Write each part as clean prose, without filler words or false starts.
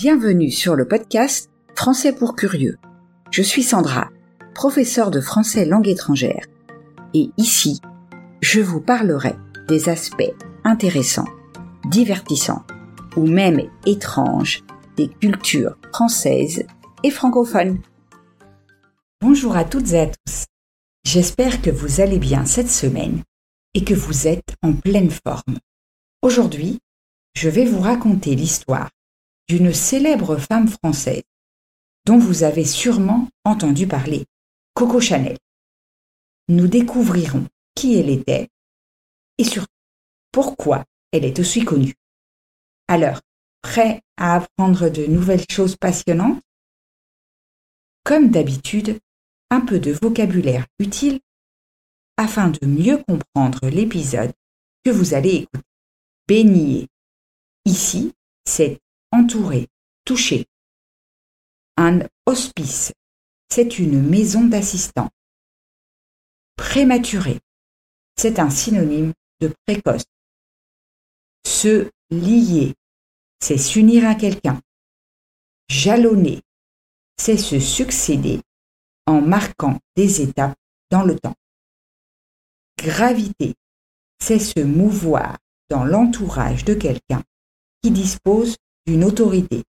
Bienvenue sur le podcast Français pour curieux. Je suis Sandra, professeure de français langue étrangère. Et ici, je vous parlerai des aspects intéressants, divertissants ou même étranges des cultures françaises et francophones. Bonjour à toutes et à tous. J'espère que vous allez bien cette semaine et que vous êtes en pleine forme. Aujourd'hui, je vais vous raconter l'histoire d'une célèbre femme française dont vous avez sûrement entendu parler, Coco Chanel. Nous découvrirons qui elle était et surtout pourquoi elle est aussi connue. Alors, prêt à apprendre de nouvelles choses passionnantes? Comme d'habitude, un peu de vocabulaire utile afin de mieux comprendre l'épisode que vous allez écouter. Baigner. Ici, c'est entourer, toucher. Un hospice, c'est une maison d'assistants. Prématuré, c'est un synonyme de précoce. Se lier, c'est s'unir à quelqu'un. Jalonner, c'est se succéder en marquant des étapes dans le temps. Graviter, c'est se mouvoir dans l'entourage de quelqu'un qui dispose d'une autorité.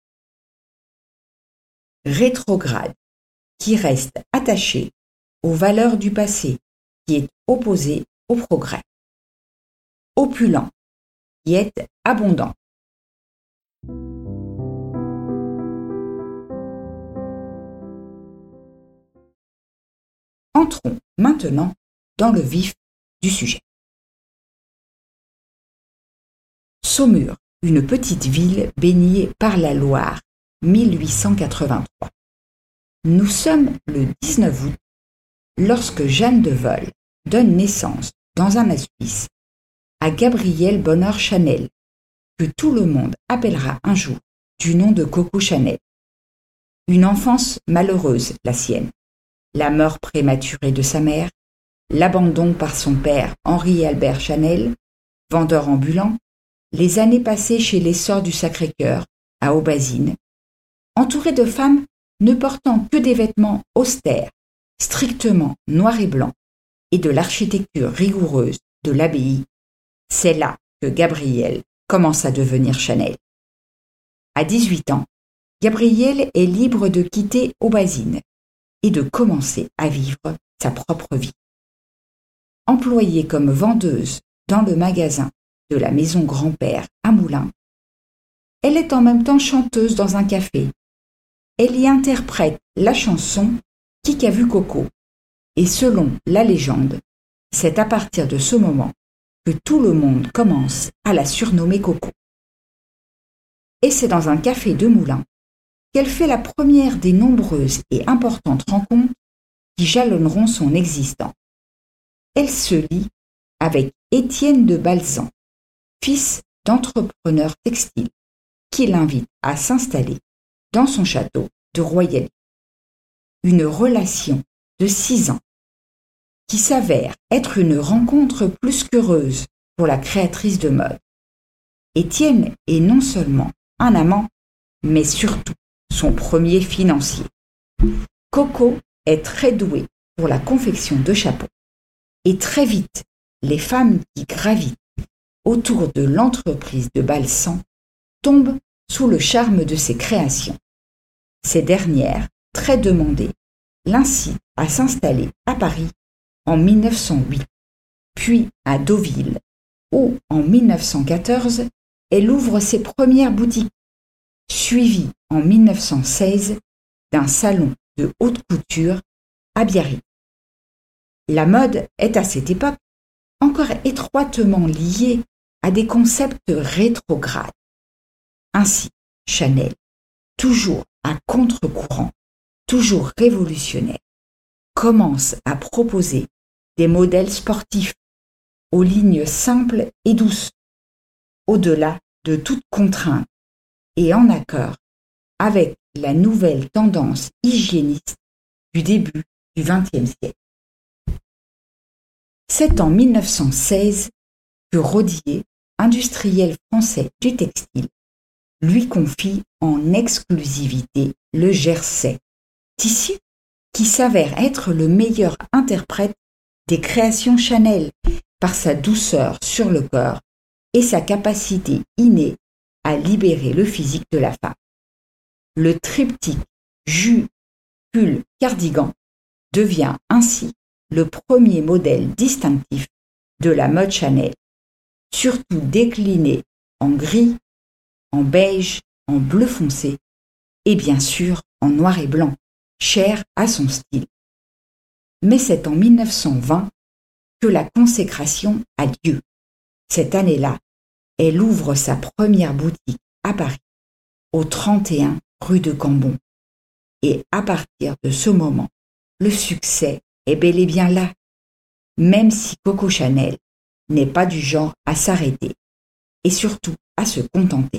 Rétrograde, qui reste attaché aux valeurs du passé, qui est opposé au progrès. Opulent, qui est abondant. Entrons maintenant dans le vif du sujet. Saumur, une petite ville baignée par la Loire, 1883. Nous sommes le 19 août lorsque Jeanne de Vol donne naissance dans un hospice à Gabrielle Bonheur Chanel, que tout le monde appellera un jour du nom de Coco Chanel. Une enfance malheureuse, la sienne. La mort prématurée de sa mère, l'abandon par son père Henri-Albert Chanel, vendeur ambulant, les années passées chez les Sœurs du Sacré-Cœur, à Aubazine, entourée de femmes ne portant que des vêtements austères, strictement noirs et blancs, et de l'architecture rigoureuse de l'abbaye, c'est là que Gabrielle commence à devenir Chanel. À 18 ans, Gabrielle est libre de quitter Aubazine et de commencer à vivre sa propre vie. Employée comme vendeuse dans le magasin de la maison grand-père à Moulins, elle est en même temps chanteuse dans un café. Elle y interprète la chanson « Qui qu'a vu Coco ?» et selon la légende, c'est à partir de ce moment que tout le monde commence à la surnommer Coco. Et c'est dans un café de Moulins qu'elle fait la première des nombreuses et importantes rencontres qui jalonneront son existence. Elle se lie avec Étienne de Balzan, fils d'entrepreneur textile, qui l'invite à s'installer dans son château de Royalie. Une relation de 6 ans qui s'avère être une rencontre plus qu'heureuse pour la créatrice de mode. Étienne est non seulement un amant, mais surtout son premier financier. Coco est très douée pour la confection de chapeaux. Et très vite, les femmes qui gravitent autour de l'entreprise de Balzan tombent sous le charme de ses créations. Ces dernières, très demandées, l'incitent à s'installer à Paris en 1908, puis à Deauville, où en 1914, elle ouvre ses premières boutiques, suivies en 1916 d'un salon de haute couture à Biarritz. La mode est à cette époque encore étroitement liée à des concepts rétrogrades. Ainsi, Chanel, toujours à contre-courant, toujours révolutionnaire, commence à proposer des modèles sportifs aux lignes simples et douces, au-delà de toute contrainte et en accord avec la nouvelle tendance hygiéniste du début du XXe siècle. C'est en 1916 que Rodier, industriel français du textile, lui confie en exclusivité le jersey, tissu qui s'avère être le meilleur interprète des créations Chanel par sa douceur sur le corps et sa capacité innée à libérer le physique de la femme. Le triptyque jus, pull, cardigan devient ainsi le premier modèle distinctif de la mode Chanel, surtout décliné en gris, en beige, en bleu foncé et bien sûr en noir et blanc, cher à son style. Mais c'est en 1920 que la consécration a lieu. Cette année-là, elle ouvre sa première boutique à Paris, au 31 rue de Cambon. Et à partir de ce moment, le succès est bel et bien là, même si Coco Chanel n'est pas du genre à s'arrêter et surtout à se contenter.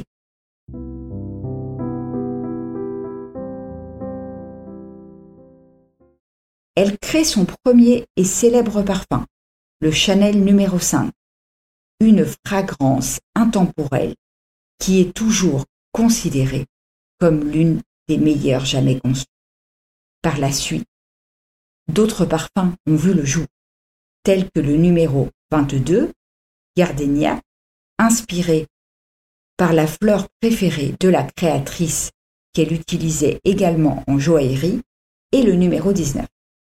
Elle crée son premier et célèbre parfum, le Chanel numéro 5, une fragrance intemporelle qui est toujours considérée comme l'une des meilleures jamais conçues. Par la suite, d'autres parfums ont vu le jour, tels que le numéro 22, Gardenia, inspiré par la fleur préférée de la créatrice qu'elle utilisait également en joaillerie, et le numéro 19.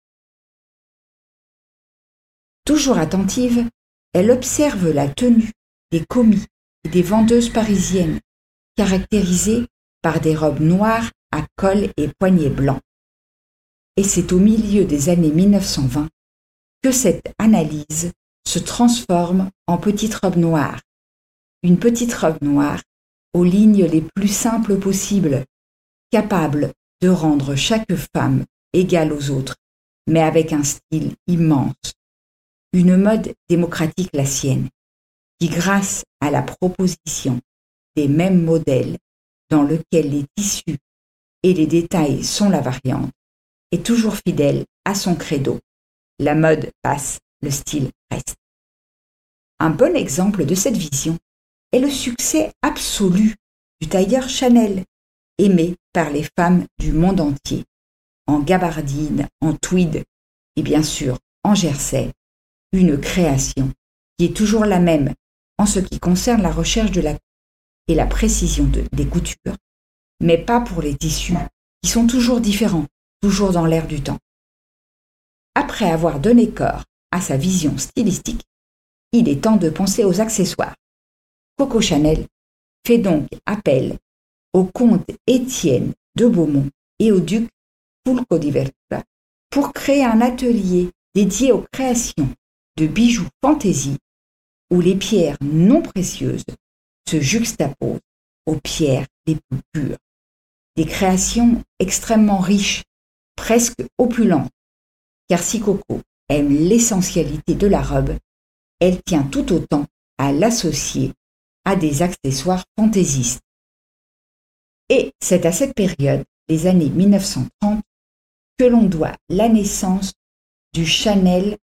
Toujours attentive, elle observe la tenue des commis et des vendeuses parisiennes, caractérisées par des robes noires à col et poignets blancs. Et c'est au milieu des années 1920 que cette analyse se transforme en petite robe noire. Une petite robe noire aux lignes les plus simples possibles, capable de rendre chaque femme égale aux autres, mais avec un style immense. Une mode démocratique la sienne, qui grâce à la proposition des mêmes modèles dans lesquels les tissus et les détails sont la variante, est toujours fidèle à son credo. La mode passe, le style reste. Un bon exemple de cette vision est le succès absolu du tailleur Chanel, aimé par les femmes du monde entier, en gabardine, en tweed et bien sûr en jersey, une création qui est toujours la même en ce qui concerne la recherche de la coupe et la précision des coutures, mais pas pour les tissus qui sont toujours différents, toujours dans l'air du temps. Après avoir donné corps à sa vision stylistique, il est temps de penser aux accessoires. Coco Chanel fait donc appel au comte Étienne de Beaumont et au duc Fulco di Verga pour créer un atelier dédié aux créations de bijoux fantaisie où les pierres non précieuses se juxtaposent aux pierres les plus pures. Des créations extrêmement riches, presque opulentes, car si Coco aime l'essentialité de la robe, elle tient tout autant à l'associer à des accessoires fantaisistes. Et c'est à cette période, les années 1930, que l'on doit la naissance du Chanel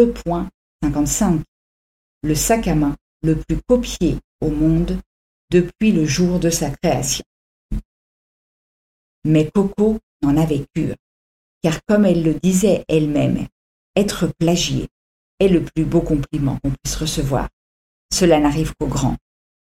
2.55, le sac à main le plus copié au monde depuis le jour de sa création. Mais Coco n'en avait cure, car comme elle le disait elle-même, être plagié est le plus beau compliment qu'on puisse recevoir. Cela n'arrive qu'aux grands.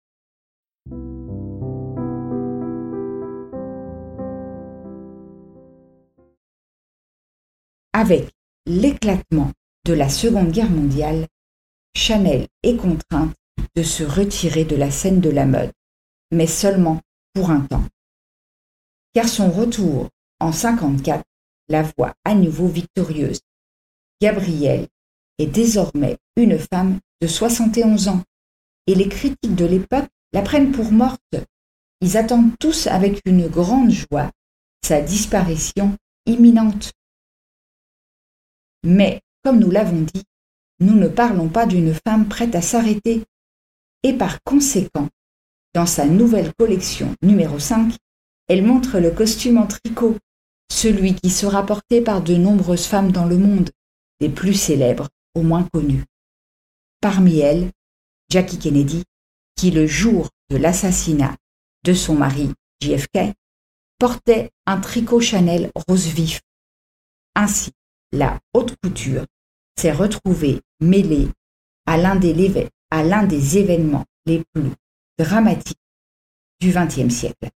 Avec l'éclatement de la Seconde Guerre mondiale, Chanel est contrainte de se retirer de la scène de la mode, mais seulement pour un temps. Car son retour en 1954 la voit à nouveau victorieuse. Gabrielle est désormais une femme de 71 ans et les critiques de l'époque la prennent pour morte. Ils attendent tous avec une grande joie sa disparition imminente. Mais, comme nous l'avons dit, nous ne parlons pas d'une femme prête à s'arrêter. Et par conséquent, dans sa nouvelle collection numéro 5, elle montre le costume en tricot, celui qui sera porté par de nombreuses femmes dans le monde, des plus célèbres aux moins connues. Parmi elles, Jackie Kennedy, qui le jour de l'assassinat de son mari JFK, portait un tricot Chanel rose vif. Ainsi, la haute couture s'est retrouvée mêlée à l'un des événements les plus dramatiques du XXe siècle.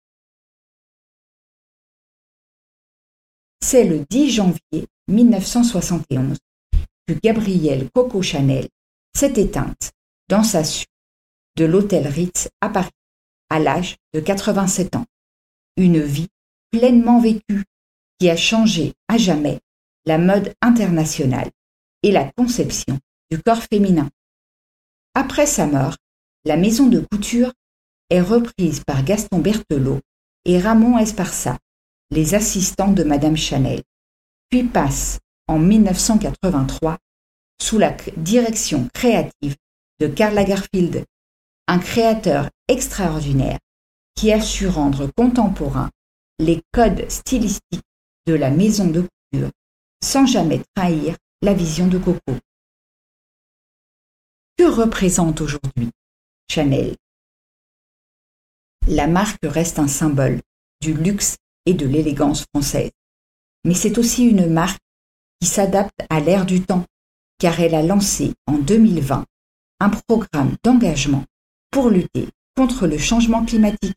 C'est le 10 janvier 1971 que Gabrielle Coco Chanel s'est éteinte dans sa suite de l'hôtel Ritz à Paris, à l'âge de 87 ans. Une vie pleinement vécue qui a changé à jamais la mode internationale et la conception du corps féminin. Après sa mort, la maison de couture est reprise par Gaston Berthelot et Ramon Esparza, les assistants de Madame Chanel, puis passe en 1983 sous la direction créative de Karl Lagerfeld, un créateur extraordinaire qui a su rendre contemporains les codes stylistiques de la maison de couture sans jamais trahir la vision de Coco. Que représente aujourd'hui Chanel? La marque reste un symbole du luxe et de l'élégance française, mais c'est aussi une marque qui s'adapte à l'ère du temps, car elle a lancé en 2020 un programme d'engagement pour lutter contre le changement climatique.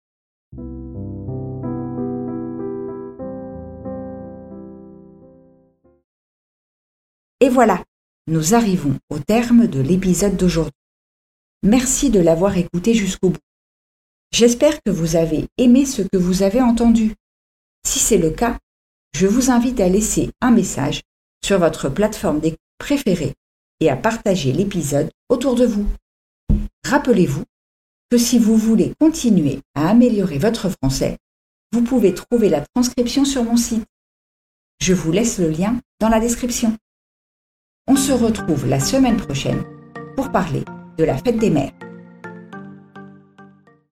Et voilà, nous arrivons au terme de l'épisode d'aujourd'hui. Merci de l'avoir écouté jusqu'au bout. J'espère que vous avez aimé ce que vous avez entendu. Si c'est le cas, je vous invite à laisser un message sur votre plateforme d'écoute préférée et à partager l'épisode autour de vous. Rappelez-vous que si vous voulez continuer à améliorer votre français, vous pouvez trouver la transcription sur mon site. Je vous laisse le lien dans la description. On se retrouve la semaine prochaine pour parler de la fête des mères.